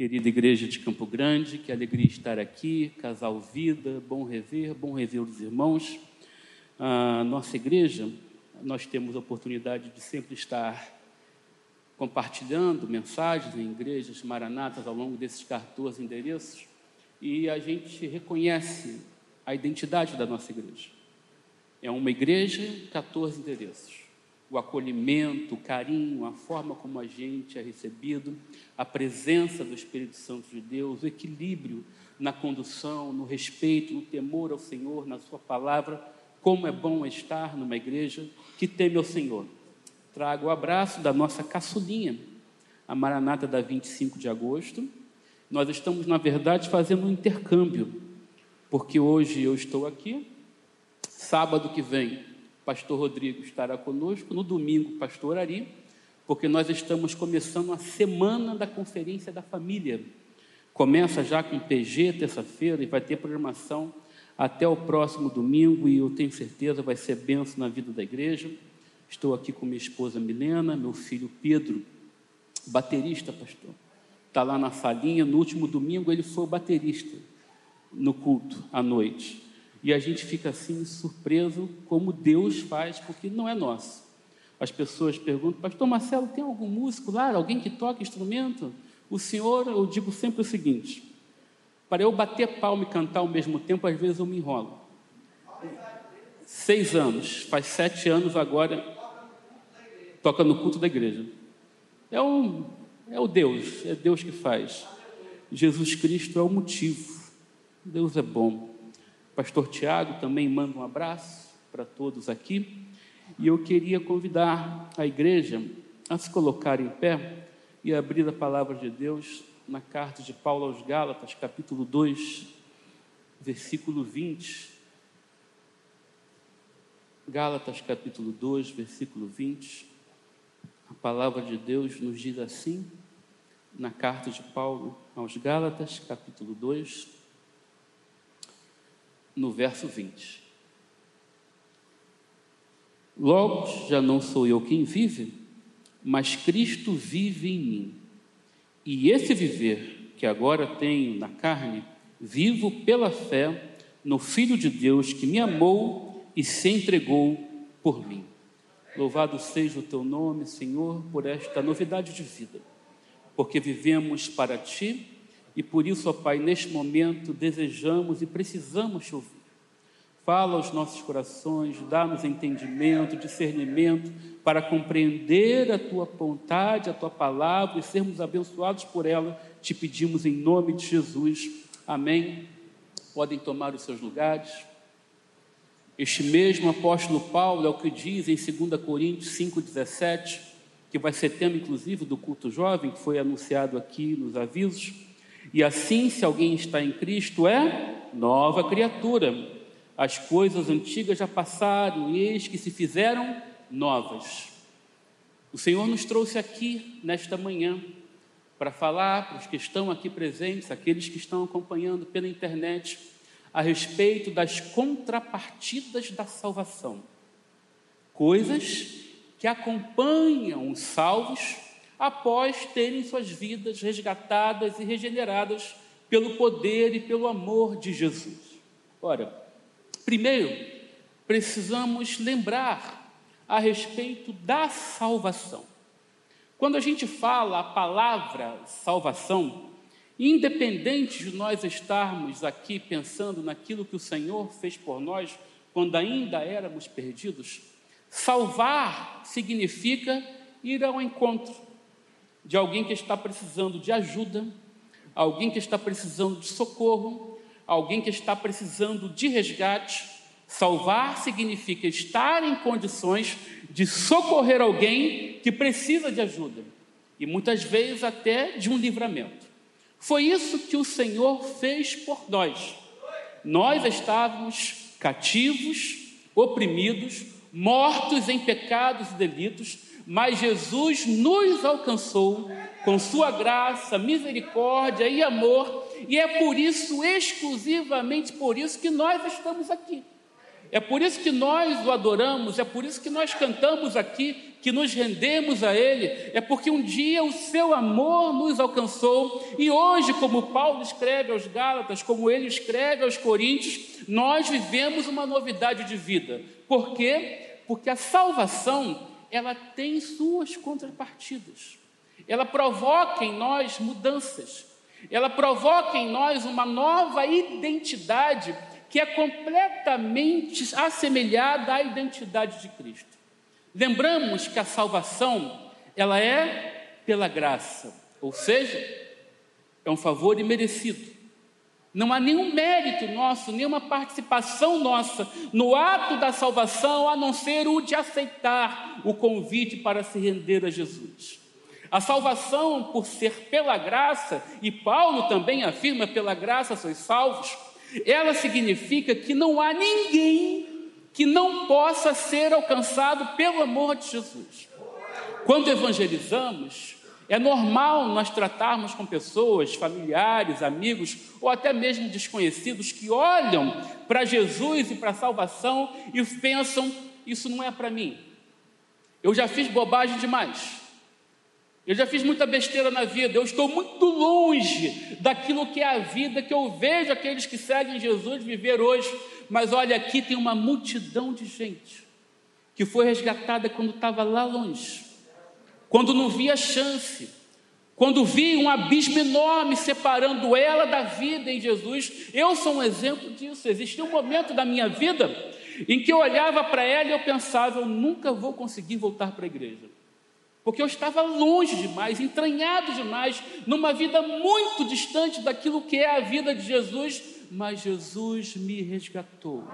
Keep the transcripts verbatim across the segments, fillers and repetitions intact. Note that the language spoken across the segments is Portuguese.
Querida igreja de Campo Grande, que alegria estar aqui, Casal Vida, bom rever, bom rever os irmãos. A nossa igreja, nós temos a oportunidade de sempre estar compartilhando mensagens em igrejas maranatas ao longo desses quatorze endereços, e a gente reconhece a identidade da nossa igreja. É uma igreja, quatorze endereços. O acolhimento, o carinho, a forma como a gente é recebido, a presença do Espírito Santo de Deus, o equilíbrio na condução, no respeito, no temor ao Senhor, na sua palavra. Como é bom estar numa igreja que teme ao Senhor. Trago o abraço da nossa caçulinha, a Maranata da vinte e cinco de agosto. Nós estamos, na verdade, fazendo um intercâmbio, porque hoje eu estou aqui, sábado que vem, pastor Rodrigo estará conosco, no domingo, pastor Ari, porque nós estamos começando a semana da Conferência da Família. Começa já com P G, terça-feira, e vai ter programação até o próximo domingo, e eu tenho certeza vai ser bênção na vida da igreja. Estou aqui com minha esposa Milena, meu filho Pedro, baterista, pastor. Está lá na salinha. No último domingo ele foi o baterista no culto à noite. E a gente fica assim surpreso como Deus faz, porque não é nosso. As pessoas perguntam: pastor Marcelo, tem algum músico lá? Alguém que toca instrumento? O senhor, eu digo sempre o seguinte: para eu bater palma e cantar ao mesmo tempo, às vezes eu me enrolo. Seis anos, faz sete anos agora, toca no culto da igreja. É, um, é o Deus, é Deus que faz. Jesus Cristo é o motivo. Deus é bom. Pastor Tiago também manda um abraço para todos aqui. E eu queria convidar a igreja a se colocar em pé e abrir a palavra de Deus na carta de Paulo aos Gálatas, capítulo dois, versículo vinte. Gálatas, capítulo dois, versículo vinte. A palavra de Deus nos diz assim, na carta de Paulo aos Gálatas, capítulo dois, no verso vinte. Logo, já não sou eu quem vive, mas Cristo vive em mim. E esse viver que agora tenho na carne, vivo pela fé no Filho de Deus que me amou e se entregou por mim. Louvado seja o teu nome, Senhor, por esta novidade de vida, porque vivemos para ti. E por isso, ó Pai, neste momento desejamos e precisamos te ouvir. Fala aos nossos corações, dá-nos entendimento, discernimento, para compreender a Tua vontade, a Tua palavra e sermos abençoados por ela. Te pedimos em nome de Jesus. Amém. Podem tomar os seus lugares. Este mesmo apóstolo Paulo é o que diz em dois Coríntios cinco, dezessete, que vai ser tema inclusive do culto jovem, que foi anunciado aqui nos avisos. E assim, se alguém está em Cristo, é nova criatura. As coisas antigas já passaram, e eis que se fizeram novas. O Senhor nos trouxe aqui nesta manhã para falar para os que estão aqui presentes, aqueles que estão acompanhando pela internet, a respeito das contrapartidas da salvação. Coisas que acompanham os salvos após terem suas vidas resgatadas e regeneradas pelo poder e pelo amor de Jesus. Ora, primeiro, precisamos lembrar a respeito da salvação. Quando a gente fala a palavra salvação, independente de nós estarmos aqui pensando naquilo que o Senhor fez por nós, quando ainda éramos perdidos, salvar significa ir ao encontro de alguém que está precisando de ajuda, alguém que está precisando de socorro, alguém que está precisando de resgate. Salvar significa estar em condições de socorrer alguém que precisa de ajuda, e muitas vezes até de um livramento. Foi isso que o Senhor fez por nós. Nós estávamos cativos, oprimidos, mortos em pecados e delitos, mas Jesus nos alcançou com sua graça, misericórdia e amor, e é por isso, exclusivamente por isso, que nós estamos aqui. É por isso que nós o adoramos, é por isso que nós cantamos aqui, que nos rendemos a Ele, é porque um dia o seu amor nos alcançou, e hoje, como Paulo escreve aos Gálatas, como ele escreve aos Coríntios, nós vivemos uma novidade de vida. Por quê? Porque a salvação, ela tem suas contrapartidas, ela provoca em nós mudanças, ela provoca em nós uma nova identidade, que é completamente assemelhada à identidade de Cristo. Lembramos que a salvação, ela é pela graça, ou seja, é um favor imerecido. Não há nenhum mérito nosso, nenhuma participação nossa no ato da salvação, a não ser o de aceitar o convite para se render a Jesus. A salvação, por ser pela graça, e Paulo também afirma, pela graça sois salvos, ela significa que não há ninguém que não possa ser alcançado pelo amor de Jesus. Quando evangelizamos, é normal nós tratarmos com pessoas, familiares, amigos, ou até mesmo desconhecidos, que olham para Jesus e para a salvação e pensam, isso não é para mim. Eu já fiz bobagem demais. Eu já fiz muita besteira na vida, eu estou muito longe daquilo que é a vida que eu vejo aqueles que seguem Jesus viver hoje. Mas olha, aqui tem uma multidão de gente que foi resgatada quando estava lá longe, quando não via chance, quando via um abismo enorme separando ela da vida em Jesus. Eu sou um exemplo disso. Existia um momento da minha vida em que eu olhava para ela e eu pensava, eu nunca vou conseguir voltar para a igreja, porque eu estava longe demais, entranhado demais, numa vida muito distante daquilo que é a vida de Jesus, mas Jesus me resgatou,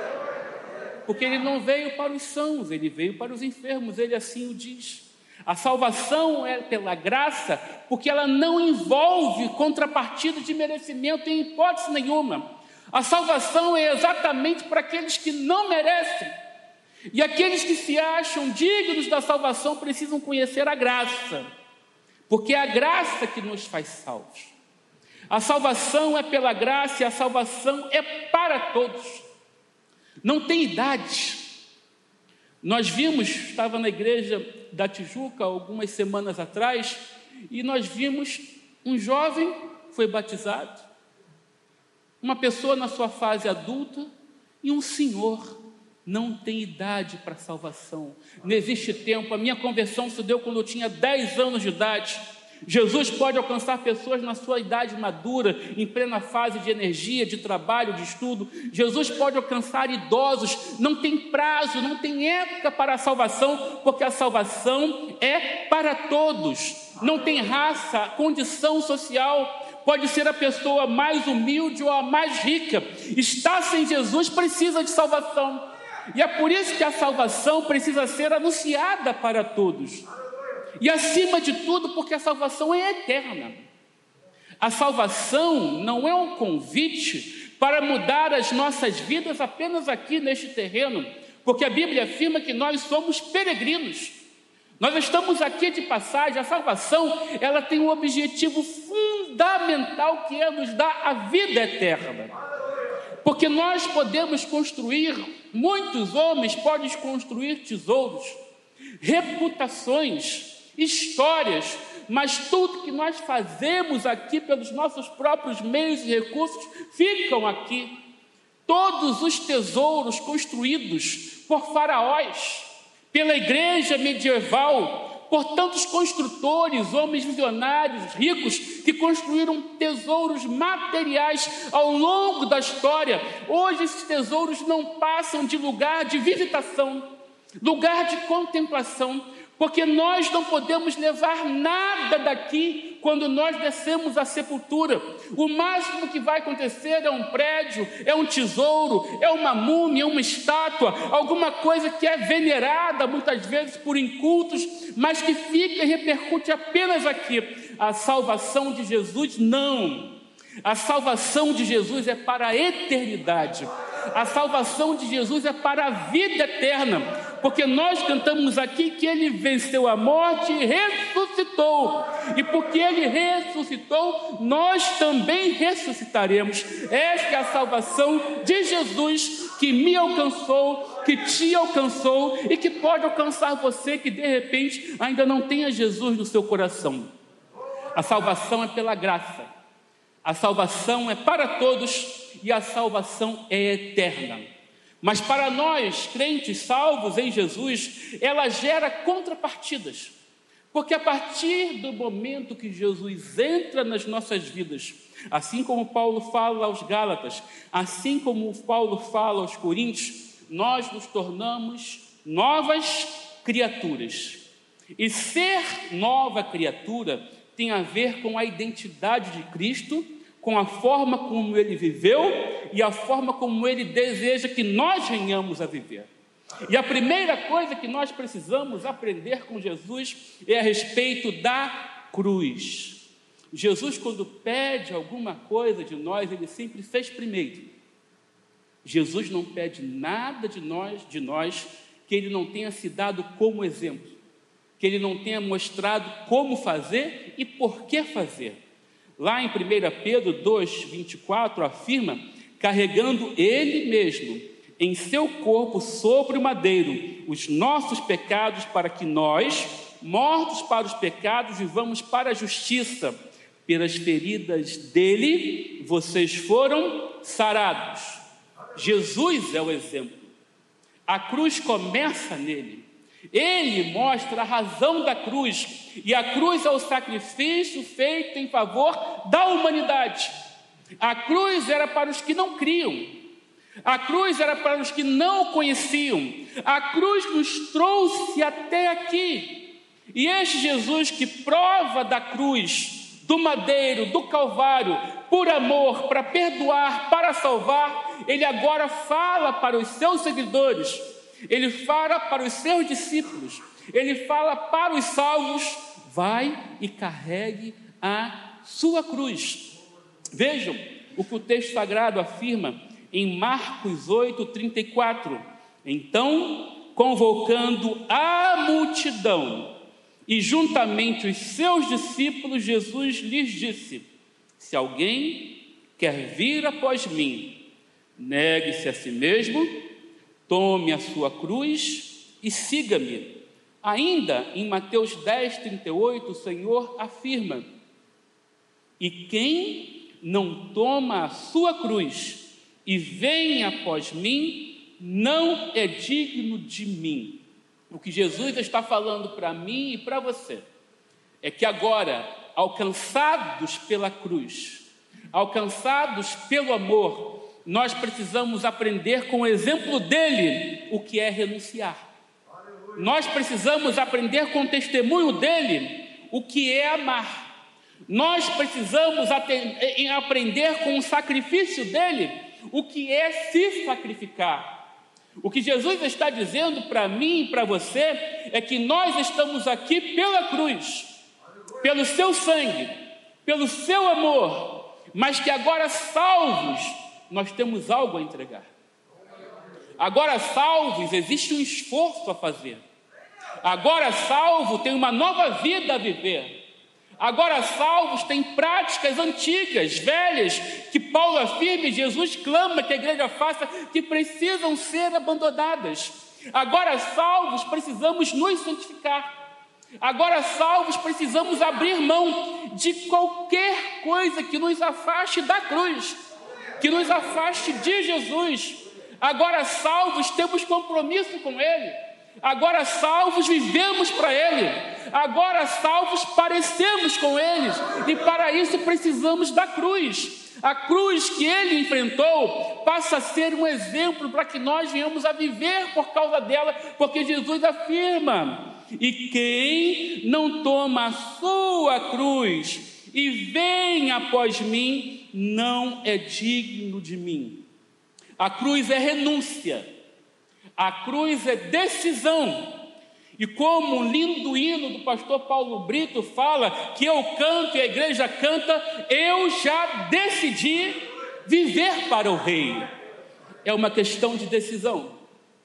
porque Ele não veio para os sãos, Ele veio para os enfermos, Ele assim o diz. A salvação é pela graça, porque ela não envolve contrapartida de merecimento em hipótese nenhuma. A salvação é exatamente para aqueles que não merecem. E aqueles que se acham dignos da salvação precisam conhecer a graça, porque é a graça que nos faz salvos. A salvação é pela graça e a salvação é para todos. Não tem idade. Nós vimos, estava na igreja da Tijuca algumas semanas atrás, e nós vimos um jovem foi batizado, uma pessoa na sua fase adulta e um senhor. Não tem idade para salvação, não existe tempo. A minha conversão se deu quando eu tinha dez anos de idade. Jesus pode alcançar pessoas na sua idade madura, em plena fase de energia, de trabalho, de estudo. Jesus pode alcançar idosos, não tem prazo, não tem época para a salvação, porque a salvação é para todos, não tem raça, condição social. Pode ser a pessoa mais humilde ou a mais rica, está sem Jesus, precisa de salvação. E é por isso que a salvação precisa ser anunciada para todos. E acima de tudo, porque a salvação é eterna. A salvação não é um convite para mudar as nossas vidas apenas aqui neste terreno, porque a Bíblia afirma que nós somos peregrinos. Nós estamos aqui de passagem. A salvação, ela tem um objetivo fundamental, que é nos dar a vida eterna. Porque nós podemos construir, muitos homens podem construir tesouros, reputações, histórias, mas tudo que nós fazemos aqui pelos nossos próprios meios e recursos ficam aqui. Todos os tesouros construídos por faraós, pela igreja medieval, por tantos construtores, homens visionários, ricos, que construíram tesouros materiais ao longo da história. Hoje esses tesouros não passam de lugar de visitação, lugar de contemplação, porque nós não podemos levar nada daqui quando nós descemos à sepultura. O máximo que vai acontecer é um prédio, é um tesouro, é uma múmia, é uma estátua, alguma coisa que é venerada muitas vezes por incultos, mas que fica e repercute apenas aqui. A salvação de Jesus, não. A salvação de Jesus é para a eternidade. A salvação de Jesus é para a vida eterna, porque nós cantamos aqui que Ele venceu a morte e ressuscitou. ressuscitou. E porque Ele ressuscitou, nós também ressuscitaremos. Esta é a salvação de Jesus, que me alcançou, que te alcançou e que pode alcançar você que de repente ainda não tenha Jesus no seu coração. A salvação é pela graça, a salvação é para todos e a salvação é eterna. Mas para nós, crentes salvos em Jesus, ela gera contrapartidas. Porque a partir do momento que Jesus entra nas nossas vidas, assim como Paulo fala aos Gálatas, assim como Paulo fala aos Coríntios, nós nos tornamos novas criaturas. E ser nova criatura tem a ver com a identidade de Cristo, com a forma como Ele viveu e a forma como Ele deseja que nós venhamos a viver. E a primeira coisa que nós precisamos aprender com Jesus é a respeito da cruz. Jesus, quando pede alguma coisa de nós, Ele sempre fez primeiro. Jesus não pede nada de nós, de nós que Ele não tenha se dado como exemplo, que Ele não tenha mostrado como fazer e por que fazer. Lá em primeira Pedro dois, vinte e quatro, afirma: carregando Ele mesmo em seu corpo sobre o madeiro os nossos pecados, para que nós, mortos para os pecados, vivamos para a justiça. Pelas feridas dele, vocês foram sarados. Jesus é o exemplo. A cruz começa nele. Ele mostra a razão da cruz, e a cruz é o sacrifício feito em favor da humanidade. A cruz era para os que não criam, a cruz era para os que não conheciam, a cruz nos trouxe até aqui. E este Jesus que prova da cruz, do madeiro, do Calvário, por amor, para perdoar, para salvar, ele agora fala para os seus seguidores, ele fala para os seus discípulos, ele fala para os salvos: vai e carregue a sua cruz. Vejam o que o texto sagrado afirma em Marcos oito, trinta e quatro. Então, convocando a multidão e juntamente os seus discípulos, Jesus lhes disse: se alguém quer vir após mim, negue-se a si mesmo, tome a sua cruz e siga-me. Ainda em Mateus dez, trinta e oito, o Senhor afirma: e quem não toma a sua cruz e vem após mim, não é digno de mim. O que Jesus está falando para mim e para você é que agora, alcançados pela cruz, alcançados pelo amor, nós precisamos aprender com o exemplo dele o que é renunciar. Nós precisamos aprender com o testemunho dele o que é amar. Nós precisamos aprender com o sacrifício dele o que é se sacrificar. O que Jesus está dizendo para mim e para você é que nós estamos aqui pela cruz, pelo seu sangue, pelo seu amor, mas que agora salvos, nós temos algo a entregar. Agora salvos, existe um esforço a fazer. Agora salvo tem uma nova vida a viver. Agora salvos tem práticas antigas, velhas, que Paulo afirma e Jesus clama que a igreja faça, que precisam ser abandonadas. Agora salvos precisamos nos santificar. Agora salvos precisamos abrir mão de qualquer coisa que nos afaste da cruz, que nos afaste de Jesus. Agora salvos temos compromisso com Ele. Agora salvos vivemos para Ele. Agora salvos parecemos com Ele. E para isso precisamos da cruz. A cruz que Ele enfrentou passa a ser um exemplo para que nós venhamos a viver por causa dela, porque Jesus afirma: e quem não toma a sua cruz e vem após mim, não é digno de mim. A cruz é renúncia. A cruz é decisão. E como um lindo hino do pastor Paulo Brito fala, que eu canto e a igreja canta: eu já decidi viver para o Rei. É uma questão de decisão.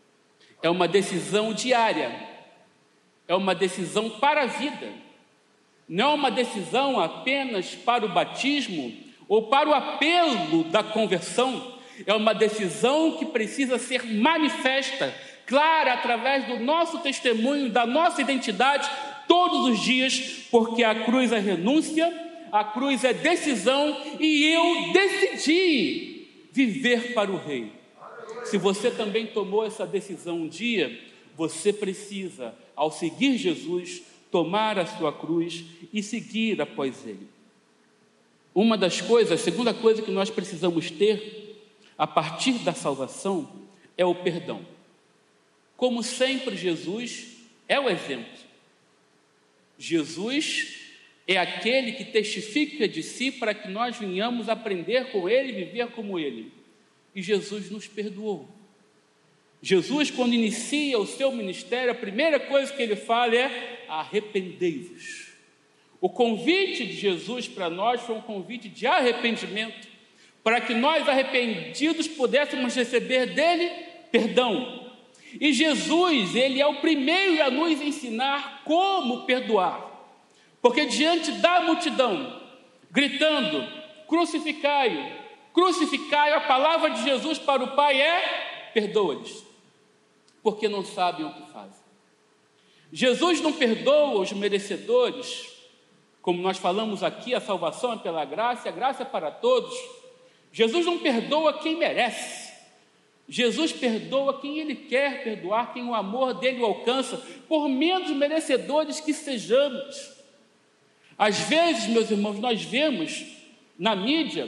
É uma decisão diária. É uma decisão para a vida. não é uma decisão apenas para o batismo ou para o apelo da conversão, é uma decisão que precisa ser manifesta, clara, através do nosso testemunho, da nossa identidade, todos os dias, porque a cruz é renúncia, a cruz é decisão, e eu decidi viver para o Rei. Se você também tomou essa decisão um dia, você precisa, ao seguir Jesus, tomar a sua cruz e seguir após Ele. Uma das coisas, a segunda coisa que nós precisamos ter, a partir da salvação, é o perdão. Como sempre, Jesus é o exemplo. Jesus é aquele que testifica de si para que nós venhamos aprender com Ele, viver como Ele. E Jesus nos perdoou. Jesus, quando inicia o seu ministério, a primeira coisa que Ele fala é: arrependei-vos. O convite de Jesus para nós foi um convite de arrependimento, para que nós, arrependidos, pudéssemos receber dele perdão. E Jesus, Ele é o primeiro a nos ensinar como perdoar, porque diante da multidão, gritando: crucificai-o, crucificai-o, a palavra de Jesus para o Pai é: perdoa-lhes, porque não sabem o que fazem. Jesus não perdoa os merecedores, como nós falamos aqui, a salvação é pela graça, a graça é para todos. Jesus não perdoa quem merece, Jesus perdoa quem Ele quer perdoar, quem o amor dele o alcança, por menos merecedores que sejamos. Às vezes, meus irmãos, nós vemos na mídia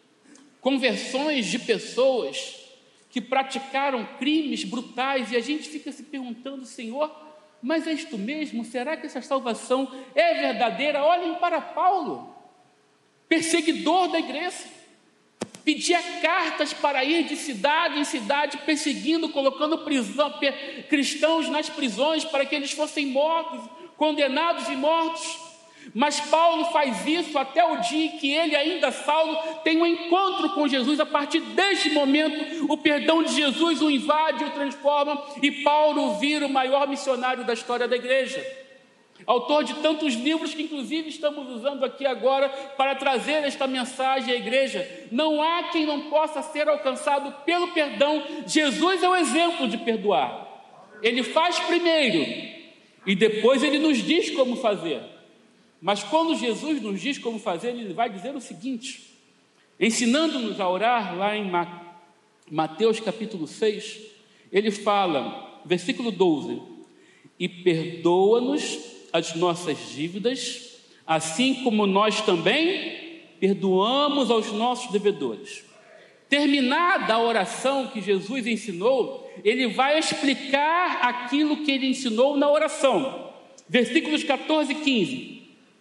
conversões de pessoas que praticaram crimes brutais, e a gente fica se perguntando: Senhor, mas é isto mesmo? Será que essa salvação é verdadeira? Olhem para Paulo, perseguidor da igreja, pedia cartas para ir de cidade em cidade, perseguindo, colocando prisão, cristãos nas prisões para que eles fossem mortos, condenados e mortos. Mas Paulo faz isso até o dia que ele, ainda Saulo, tem um encontro com Jesus. A partir deste momento, o perdão de Jesus o invade, o transforma, e Paulo vira o maior missionário da história da igreja. Autor de tantos livros que inclusive estamos usando aqui agora para trazer esta mensagem à igreja. Não há quem não possa ser alcançado pelo perdão. Jesus é o exemplo de perdoar. Ele faz primeiro e depois ele nos diz como fazer. Mas quando Jesus nos diz como fazer, Ele vai dizer o seguinte, ensinando-nos a orar lá em Mateus capítulo seis, Ele fala, versículo doze: e perdoa-nos as nossas dívidas, assim como nós também perdoamos aos nossos devedores. Terminada a oração que Jesus ensinou, Ele vai explicar aquilo que Ele ensinou na oração. Versículos catorze e quinze.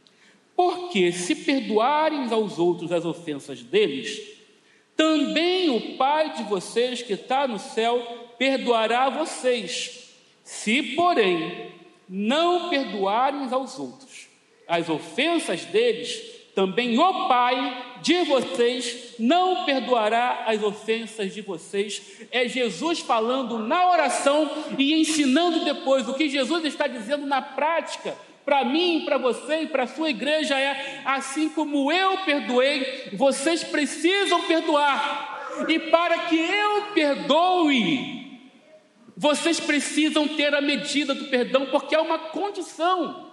Porque se perdoarem aos outros as ofensas deles, também o Pai de vocês que está no céu perdoará a vocês. Se, porém, não perdoarem aos outros as ofensas deles, também o Pai de vocês não perdoará as ofensas de vocês. É Jesus falando na oração e ensinando depois. O que Jesus está dizendo na prática, para mim, para você e para a sua igreja é: assim como eu perdoei, vocês precisam perdoar. E para que eu perdoe, vocês precisam ter a medida do perdão, porque é uma condição.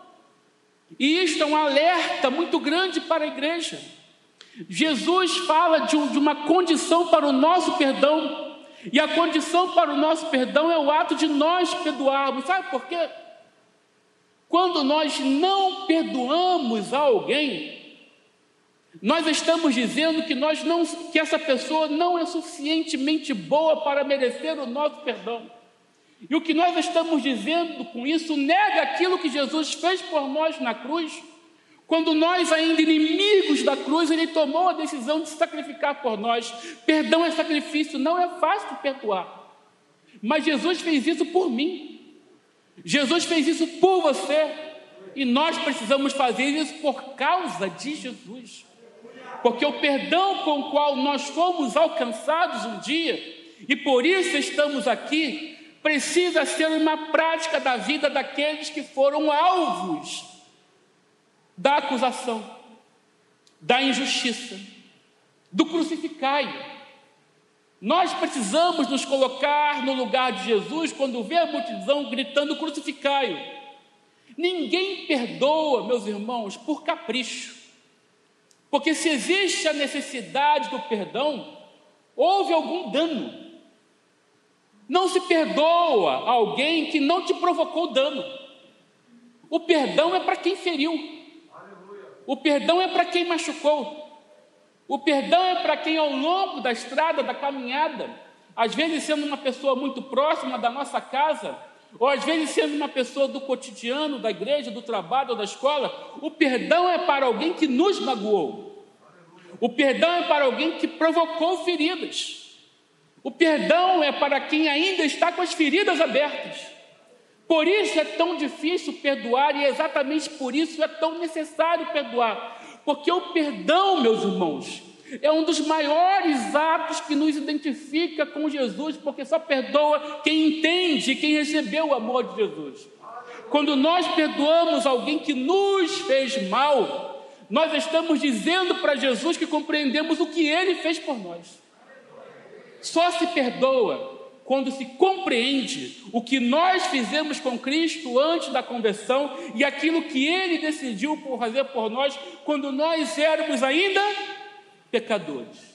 E isto é um alerta muito grande para a igreja. Jesus fala de, um, de uma condição para o nosso perdão, e a condição para o nosso perdão é o ato de nós perdoarmos. Sabe por quê? Quando nós não perdoamos a alguém, nós estamos dizendo que, nós não, que essa pessoa não é suficientemente boa para merecer o nosso perdão. E o que nós estamos dizendo com isso nega aquilo que Jesus fez por nós na cruz. Quando nós, ainda inimigos da cruz, Ele tomou a decisão de se sacrificar por nós. Perdão é sacrifício, não é fácil perdoar. Mas Jesus fez isso por mim. Jesus fez isso por você, e nós precisamos fazer isso por causa de Jesus, porque o perdão com o qual nós fomos alcançados um dia, e por isso estamos aqui, precisa ser uma prática da vida daqueles que foram alvos da acusação, da injustiça, do crucificai. Nós precisamos nos colocar no lugar de Jesus quando vê a multidão gritando crucificai-o. Ninguém perdoa, meus irmãos, por capricho. Porque se existe a necessidade do perdão, houve algum dano. Não se perdoa alguém que não te provocou dano. O perdão é para quem feriu. O perdão é para quem machucou. O perdão é para quem ao longo da estrada, da caminhada, às vezes sendo uma pessoa muito próxima da nossa casa, ou às vezes sendo uma pessoa do cotidiano, da igreja, do trabalho ou da escola, o perdão é para alguém que nos magoou. O perdão é para alguém que provocou feridas. O perdão é para quem ainda está com as feridas abertas. Por isso é tão difícil perdoar e exatamente por isso é tão necessário perdoar. Porque o perdão, meus irmãos, é um dos maiores atos que nos identifica com Jesus, porque só perdoa quem entende, quem recebeu o amor de Jesus. Quando nós perdoamos alguém que nos fez mal, nós estamos dizendo para Jesus que compreendemos o que Ele fez por nós. Só se perdoa quando se compreende o que nós fizemos com Cristo antes da conversão e aquilo que Ele decidiu por fazer por nós quando nós éramos ainda pecadores.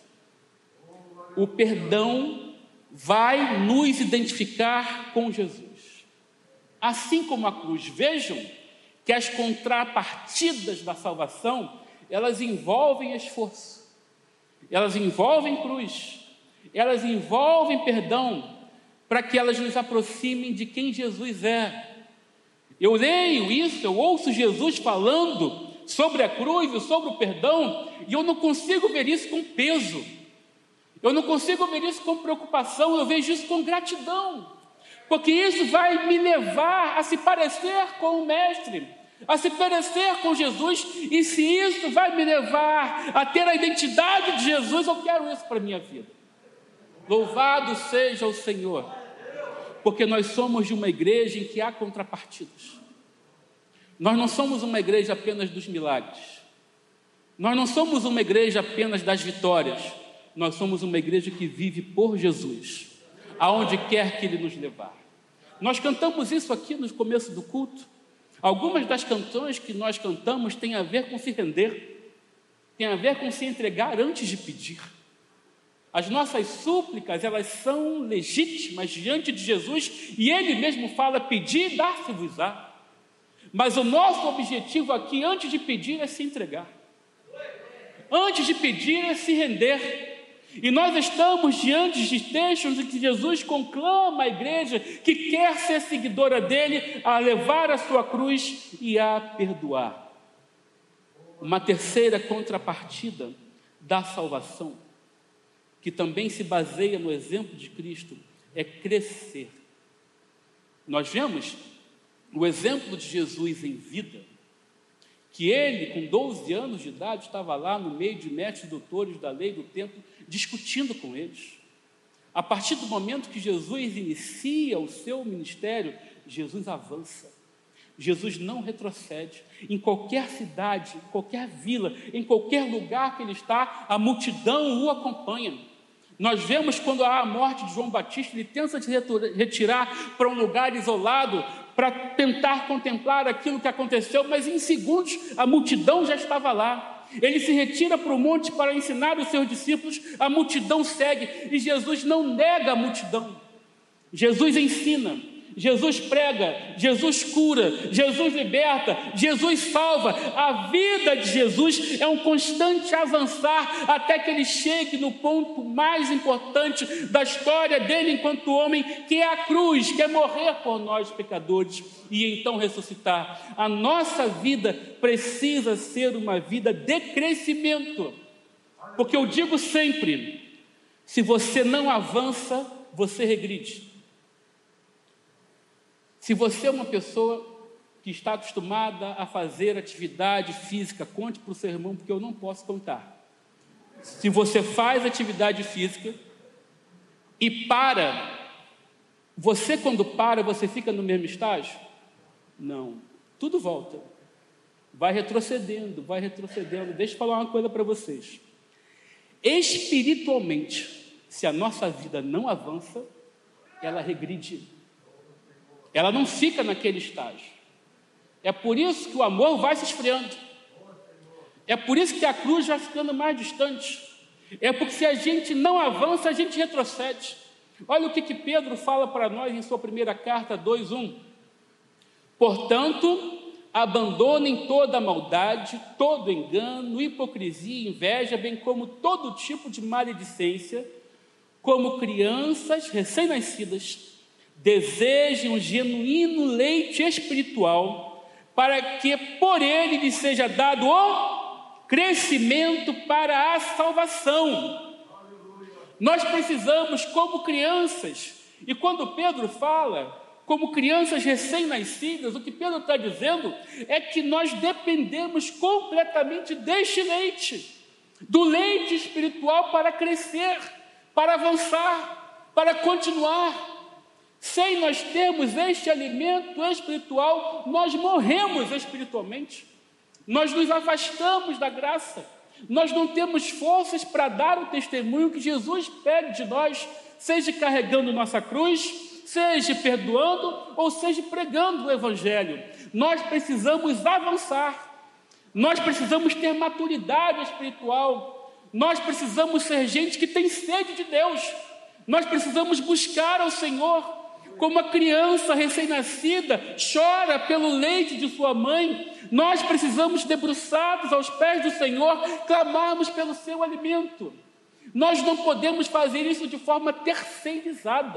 O perdão vai nos identificar com Jesus. Assim como a cruz. Vejam que as contrapartidas da salvação, elas envolvem esforço, elas envolvem cruz, elas envolvem perdão, para que elas nos aproximem de quem Jesus é. Eu leio isso, eu ouço Jesus falando sobre a cruz e sobre o perdão, e eu não consigo ver isso com peso, eu não consigo ver isso com preocupação, eu vejo isso com gratidão, porque isso vai me levar a se parecer com o Mestre, a se parecer com Jesus, e se isso vai me levar a ter a identidade de Jesus, eu quero isso para a minha vida. Louvado seja o Senhor, porque nós somos de uma igreja em que há contrapartidas. Nós não somos uma igreja apenas dos milagres, nós não somos uma igreja apenas das vitórias, nós somos uma igreja que vive por Jesus, aonde quer que Ele nos levar. Nós cantamos isso aqui no começo do culto. Algumas das canções que nós cantamos têm a ver com se render, têm a ver com se entregar antes de pedir. As nossas súplicas, elas são legítimas diante de Jesus, e Ele mesmo fala, pedir e dar-se-vos-á. Mas o nosso objetivo aqui, antes de pedir, é se entregar. Antes de pedir, é se render. E nós estamos diante de textos em que Jesus conclama a igreja que quer ser seguidora dele, a levar a sua cruz e a perdoar. Uma terceira contrapartida da salvação, que também se baseia no exemplo de Cristo, é crescer. Nós vemos o exemplo de Jesus em vida, que ele, com doze anos de idade, estava lá no meio de mestres e doutores da lei do templo, discutindo com eles. A partir do momento que Jesus inicia o seu ministério, Jesus avança. Jesus não retrocede. Em qualquer cidade, em qualquer vila, em qualquer lugar que ele está, a multidão o acompanha. Nós vemos quando há a morte de João Batista, ele tenta se retirar para um lugar isolado, para tentar contemplar aquilo que aconteceu, mas em segundos a multidão já estava lá. Ele se retira para o monte para ensinar os seus discípulos, a multidão segue, e Jesus não nega a multidão. Jesus ensina, Jesus prega, Jesus cura, Jesus liberta, Jesus salva. A vida de Jesus é um constante avançar até que ele chegue no ponto mais importante da história dele enquanto homem, que é a cruz, que é morrer por nós pecadores e então ressuscitar. A nossa vida precisa ser uma vida de crescimento, porque eu digo sempre, se você não avança, você regride. Se você é uma pessoa que está acostumada a fazer atividade física, conte para o seu irmão, porque eu não posso contar. Se você faz atividade física e para, você quando para, você fica no mesmo estágio? Não, tudo volta. vai retrocedendo, vai retrocedendo. Deixa eu falar uma coisa para vocês. Espiritualmente, se a nossa vida não avança, ela regride. Ela não fica naquele estágio. É por isso que o amor vai se esfriando. É por isso que a cruz vai ficando mais distante. É porque se a gente não avança, a gente retrocede. Olha o que, que Pedro fala para nós em sua primeira carta, dois, um. Portanto, abandonem toda a maldade, todo engano, hipocrisia, inveja, bem como todo tipo de maledicência. Como crianças recém-nascidas, desejem um genuíno leite espiritual, para que por ele lhes seja dado o crescimento para a salvação. Nós precisamos, como crianças, e quando Pedro fala, como crianças recém-nascidas, o que Pedro está dizendo é que nós dependemos completamente deste leite, do leite espiritual para crescer, para avançar, para continuar. Sem nós termos este alimento espiritual, nós morremos espiritualmente, nós nos afastamos da graça, nós não temos forças para dar o testemunho que Jesus pede de nós, seja carregando nossa cruz, seja perdoando ou seja pregando o Evangelho. Nós precisamos avançar, nós precisamos ter maturidade espiritual, nós precisamos ser gente que tem sede de Deus, nós precisamos buscar ao Senhor, como a criança recém-nascida chora pelo leite de sua mãe. Nós precisamos, debruçados aos pés do Senhor, clamarmos pelo seu alimento. Nós não podemos fazer isso de forma terceirizada.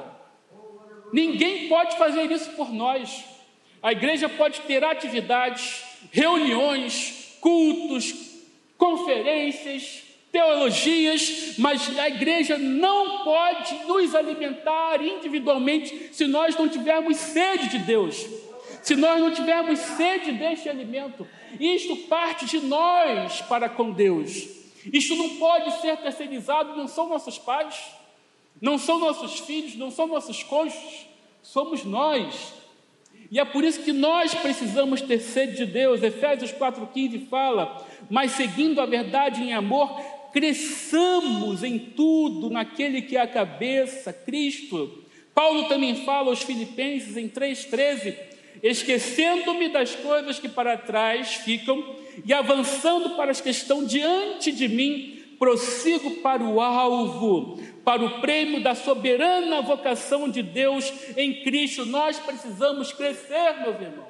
Ninguém pode fazer isso por nós. A igreja pode ter atividades, reuniões, cultos, conferências, teologias, mas a igreja não pode nos alimentar individualmente se nós não tivermos sede de Deus, se nós não tivermos sede deste alimento. Isto parte de nós para com Deus. Isto não pode ser terceirizado, não são nossos pais, não são nossos filhos, não são nossos cônjuges, somos nós. E é por isso que nós precisamos ter sede de Deus. Efésios quatro, quinze fala: mas seguindo a verdade em amor, cresçamos em tudo naquele que é a cabeça, Cristo. Paulo também fala aos Filipenses em três, treze: esquecendo-me das coisas que para trás ficam e avançando para as que estão diante de mim, prossigo para o alvo, para o prêmio da soberana vocação de Deus em Cristo. Nós precisamos crescer, meus irmãos.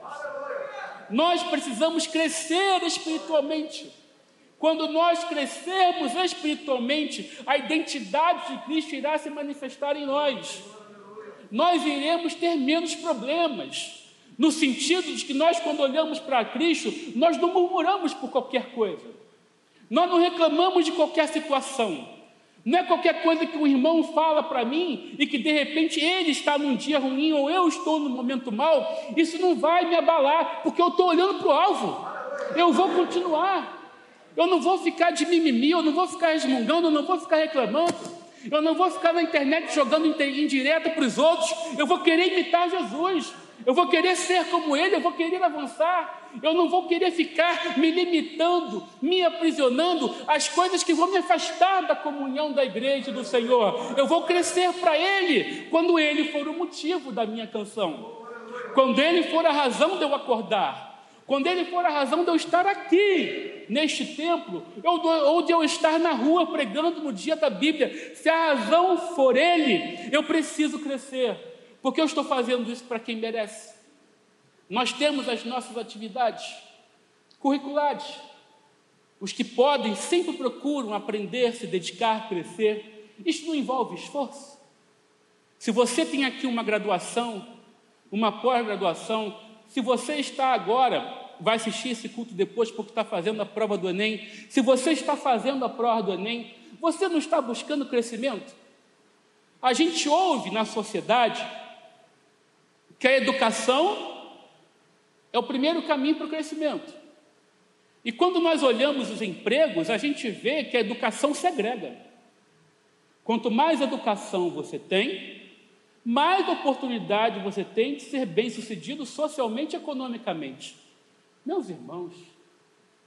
Nós precisamos crescer espiritualmente. Quando nós crescermos espiritualmente, a identidade de Cristo irá se manifestar em nós. Nós iremos ter menos problemas, no sentido de que nós, quando olhamos para Cristo, nós não murmuramos por qualquer coisa, nós não reclamamos de qualquer situação. Não é qualquer coisa que um irmão fala para mim e que de repente ele está num dia ruim ou eu estou num momento mau, isso não vai me abalar, porque eu estou olhando para o alvo. Eu vou continuar, eu não vou ficar de mimimi, eu não vou ficar resmungando, eu não vou ficar reclamando, eu não vou ficar na internet jogando indireta para os outros. Eu vou querer imitar Jesus, eu vou querer ser como Ele, eu vou querer avançar, eu não vou querer ficar me limitando, me aprisionando às coisas que vão me afastar da comunhão da igreja do Senhor. Eu vou crescer para Ele, quando Ele for o motivo da minha canção, quando Ele for a razão de eu acordar, quando Ele for a razão de eu estar aqui, neste templo, ou de eu estar na rua pregando no dia da Bíblia. Se a razão for Ele, eu preciso crescer, porque eu estou fazendo isso para quem merece. Nós temos as nossas atividades curriculares. Os que podem sempre procuram aprender, se dedicar, crescer. Isso não envolve esforço. Se você tem aqui uma graduação, uma pós-graduação, se você está agora, vai assistir esse culto depois porque está fazendo a prova do Enem, se você está fazendo a prova do Enem, você não está buscando crescimento? A gente ouve na sociedade que a educação é o primeiro caminho para o crescimento. E quando nós olhamos os empregos, a gente vê que a educação segrega. Quanto mais educação você tem, mais oportunidade você tem de ser bem-sucedido socialmente e economicamente. Meus irmãos,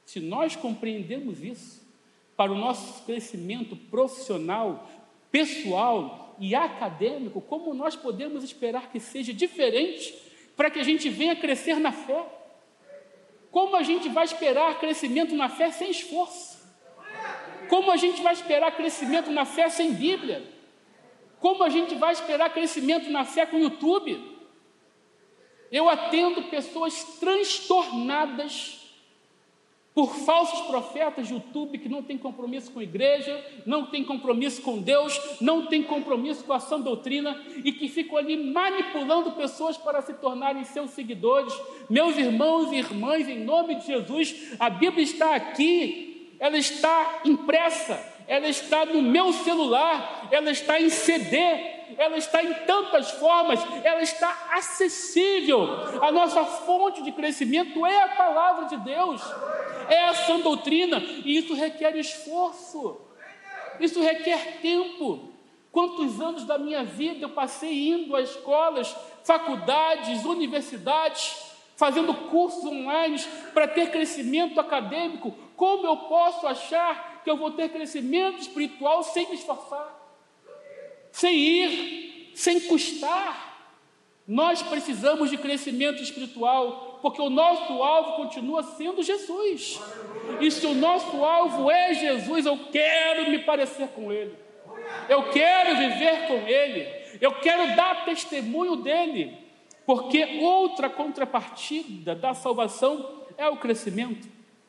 Se nós compreendemos isso, para o nosso crescimento profissional, pessoal e acadêmico, como nós podemos esperar que seja diferente para que a gente venha crescer na fé? Como a gente vai esperar crescimento na fé sem esforço? Como a gente vai esperar crescimento na fé sem Bíblia? Como a gente vai esperar crescimento na fé com o YouTube? Eu atendo pessoas transtornadas por falsos profetas de YouTube que não têm compromisso com a igreja, não têm compromisso com Deus, não têm compromisso com a sã doutrina e que ficam ali manipulando pessoas para se tornarem seus seguidores. Meus irmãos e irmãs, em nome de Jesus, a Bíblia está aqui, ela está impressa, ela está no meu celular, ela está em C D, ela está em tantas formas, ela está acessível. A nossa fonte de crescimento é a palavra de Deus, é a sã doutrina, e isso requer esforço, isso requer tempo. Quantos anos da minha vida eu passei indo a escolas, faculdades, universidades, fazendo cursos online para ter crescimento acadêmico. Como eu posso achar que eu vou ter crescimento espiritual sem me esforçar, sem ir, sem custar? Nós precisamos de crescimento espiritual, porque o nosso alvo continua sendo Jesus. E se o nosso alvo é Jesus, eu quero me parecer com Ele, eu quero viver com Ele, eu quero dar testemunho dEle, porque outra contrapartida da salvação é o crescimento.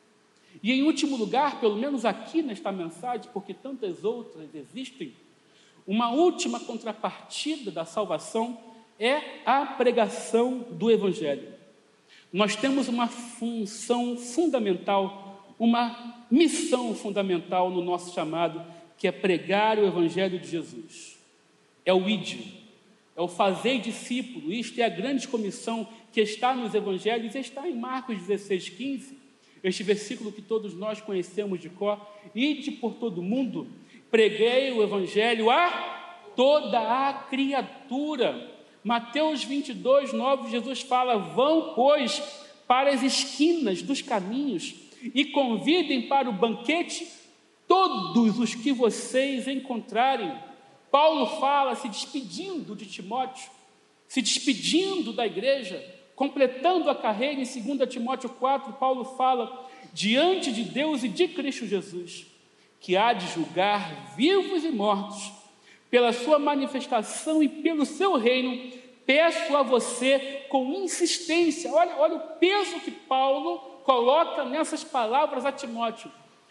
E em último lugar, pelo menos aqui nesta mensagem, porque tantas outras existem, uma última contrapartida da salvação é a pregação do Evangelho. Nós temos uma função fundamental, uma missão fundamental no nosso chamado, que é pregar o Evangelho de Jesus. É o ide, é o fazer discípulo. Isto é a grande comissão que está nos Evangelhos, está em Marcos dezesseis, quinze, este versículo que todos nós conhecemos de cor: ide por todo o mundo, preguei o Evangelho a toda a criatura. Mateus vinte e dois, nove, Jesus fala: vão, pois, para as esquinas dos caminhos e convidem para o banquete todos os que vocês encontrarem. Paulo fala, se despedindo de Timóteo, se despedindo da igreja, completando a carreira. Em dois Timóteo quatro, Paulo fala: diante de Deus e de Cristo Jesus, que há de julgar vivos e mortos, pela sua manifestação e pelo seu reino, peço a você com insistência. Olha, olha o peso que Paulo coloca nessas palavras a Timóteo.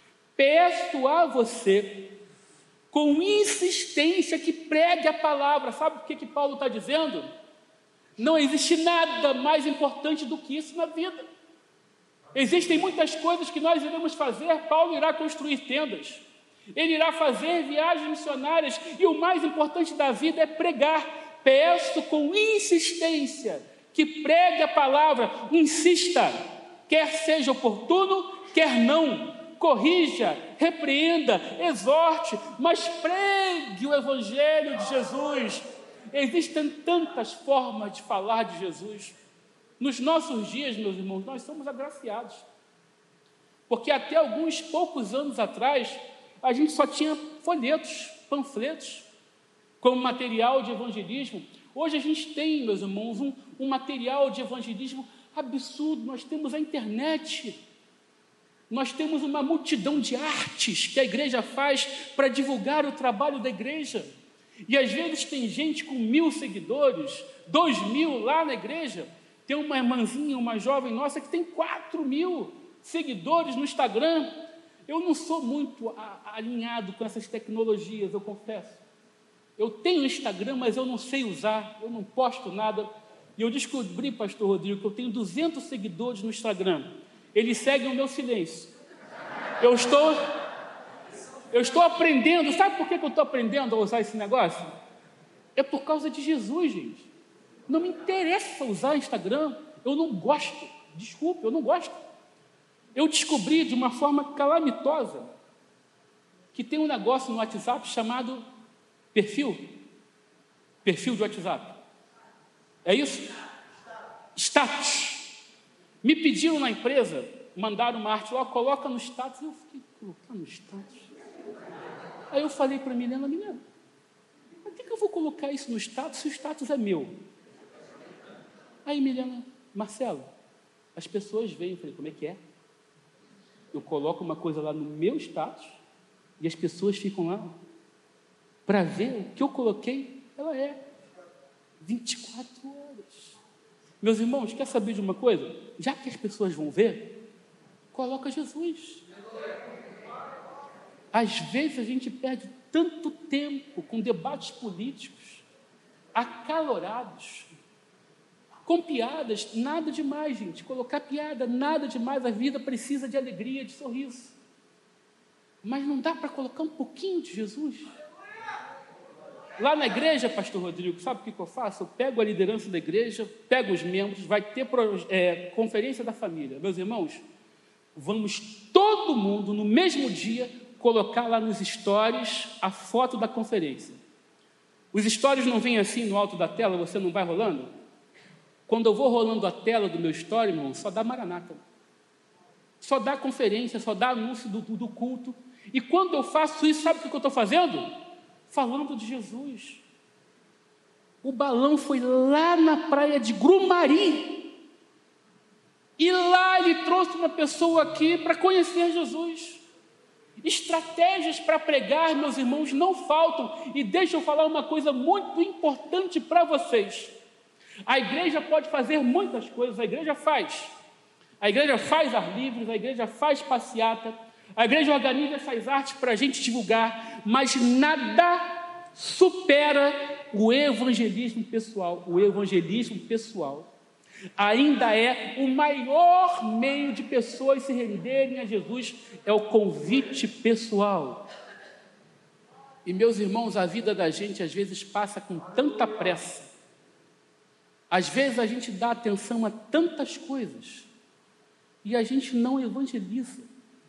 Peço a você com insistência que pregue a palavra. Sabe o que, que Paulo está dizendo? Não existe nada mais importante do que isso na vida. Existem muitas coisas que nós iremos fazer. Paulo irá construir tendas, ele irá fazer viagens missionárias, e o mais importante da vida é pregar. Peço com insistência que pregue a palavra. Insista, quer seja oportuno, quer não. Corrija, repreenda, exorte, mas pregue o Evangelho de Jesus. Existem tantas formas de falar de Jesus. Nos nossos dias, meus irmãos, nós somos agraciados, porque até alguns poucos anos atrás a gente só tinha folhetos, panfletos como material de evangelismo. Hoje a gente tem, meus irmãos, um, um material de evangelismo absurdo. Nós temos a internet, nós temos uma multidão de artes que a igreja faz para divulgar o trabalho da igreja. E às vezes tem gente com mil seguidores, dois mil lá na igreja. Tem uma irmãzinha, uma jovem nossa que tem quatro mil seguidores no Instagram. Eu não sou muito a, alinhado com essas tecnologias, eu confesso. Eu tenho Instagram, mas eu não sei usar, eu não posto nada. E eu descobri, pastor Rodrigo, que eu tenho duzentos seguidores no Instagram. Eles seguem o meu silêncio. Eu estou, eu estou aprendendo. Sabe por que eu estou aprendendo a usar esse negócio? É por causa de Jesus, gente. Não me interessa usar Instagram. Eu não gosto. Desculpe, eu não gosto. Eu descobri de uma forma calamitosa que tem um negócio no WhatsApp chamado perfil. Perfil de WhatsApp. É isso? Status. Me pediram na empresa mandaram uma arte lá, coloca no status. Eu fiquei, colocar no status? Aí eu falei para a Milena, Milena, por que, que eu vou colocar isso no status se o status é meu? Aí Milena, Marcelo, as pessoas veem. Eu falei, como é que é? Eu coloco uma coisa lá no meu status e as pessoas ficam lá para ver o que eu coloquei. Ela é vinte e quatro horas. Meus irmãos, quer saber de uma coisa? Já que as pessoas vão ver, coloca Jesus. Às vezes a gente perde tanto tempo com debates políticos acalorados, com piadas, nada demais, gente. Colocar piada, nada demais. A vida precisa de alegria, de sorriso. Mas não dá para colocar um pouquinho de Jesus? Lá na igreja, pastor Rodrigo, sabe o que, que eu faço? Eu pego a liderança da igreja, pego os membros, vai ter é, conferência da família. Meus irmãos, vamos todo mundo, no mesmo dia, colocar lá nos stories a foto da conferência. Os stories não vêm assim no alto da tela, você não vai rolando? Quando eu vou rolando a tela do meu story, irmão, só dá maranata. Só dá conferência, só dá anúncio do, do culto. E quando eu faço isso, sabe o que eu estou fazendo? Falando de Jesus. O balão foi lá na praia de Grumari. E lá ele trouxe uma pessoa aqui para conhecer Jesus. Estratégias para pregar, meus irmãos, não faltam. E deixa eu falar uma coisa muito importante para vocês. A igreja pode fazer muitas coisas, a igreja faz. A igreja faz ar livres, a igreja faz passeata, a igreja organiza essas artes para a gente divulgar, mas nada supera o evangelismo pessoal. O evangelismo pessoal ainda é o maior meio de pessoas se renderem a Jesus, é o convite pessoal. E, meus irmãos, a vida da gente às vezes passa com tanta pressa, às vezes a gente dá atenção a tantas coisas e a gente não evangeliza.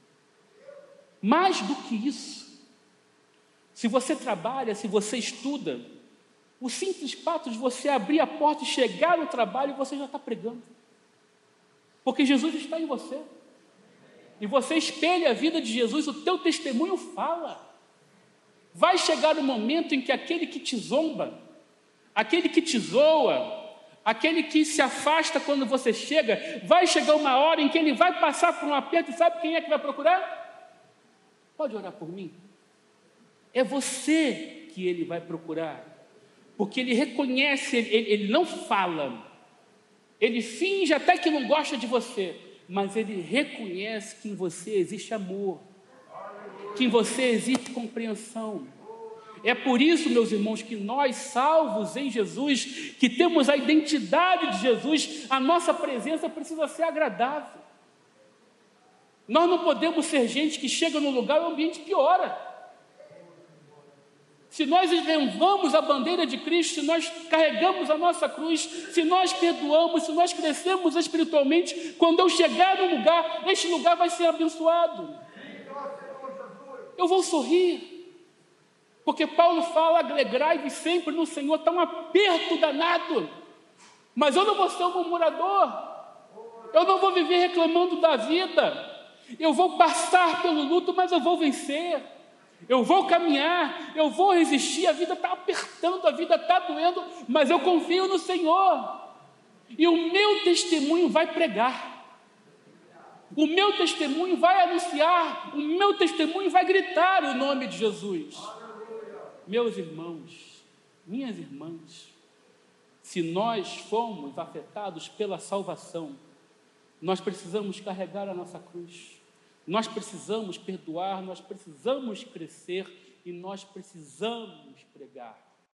Mais do que isso, se você trabalha, se você estuda, o simples fato de você abrir a porta e chegar no trabalho, você já está pregando. Porque Jesus está em você. E você espelha a vida de Jesus, o teu testemunho fala. Vai chegar o momento em que aquele que te zomba, aquele que te zoa, aquele que se afasta quando você chega, vai chegar uma hora em que ele vai passar por um aperto e sabe quem é que vai procurar? Pode orar por mim? É você que ele vai procurar. Porque ele reconhece, ele, ele não fala, ele finge até que não gosta de você, mas ele reconhece que em você existe amor, que em você existe compreensão. É por isso, meus irmãos, que nós, salvos em Jesus, que temos a identidade de Jesus, a nossa presença precisa ser agradável. Nós não podemos ser gente que chega no lugar e o ambiente piora. Se nós levamos a bandeira de Cristo, se nós carregamos a nossa cruz, se nós perdoamos, se nós crescemos espiritualmente, quando eu chegar no lugar, este lugar vai ser abençoado. Eu vou sorrir, porque Paulo fala, alegrai-vos sempre no Senhor. Está um aperto danado, mas eu não vou ser um murmurador, eu não vou viver reclamando da vida, eu vou passar pelo luto, mas eu vou vencer. Eu vou caminhar, eu vou resistir, a vida está apertando, a vida está doendo, mas eu confio no Senhor, e o meu testemunho vai pregar, o meu testemunho vai anunciar, o meu testemunho vai gritar o nome de Jesus. Meus irmãos, minhas irmãs, se nós fomos afetados pela salvação, nós precisamos carregar a nossa cruz. Nós precisamos perdoar, nós precisamos crescer e nós precisamos pregar.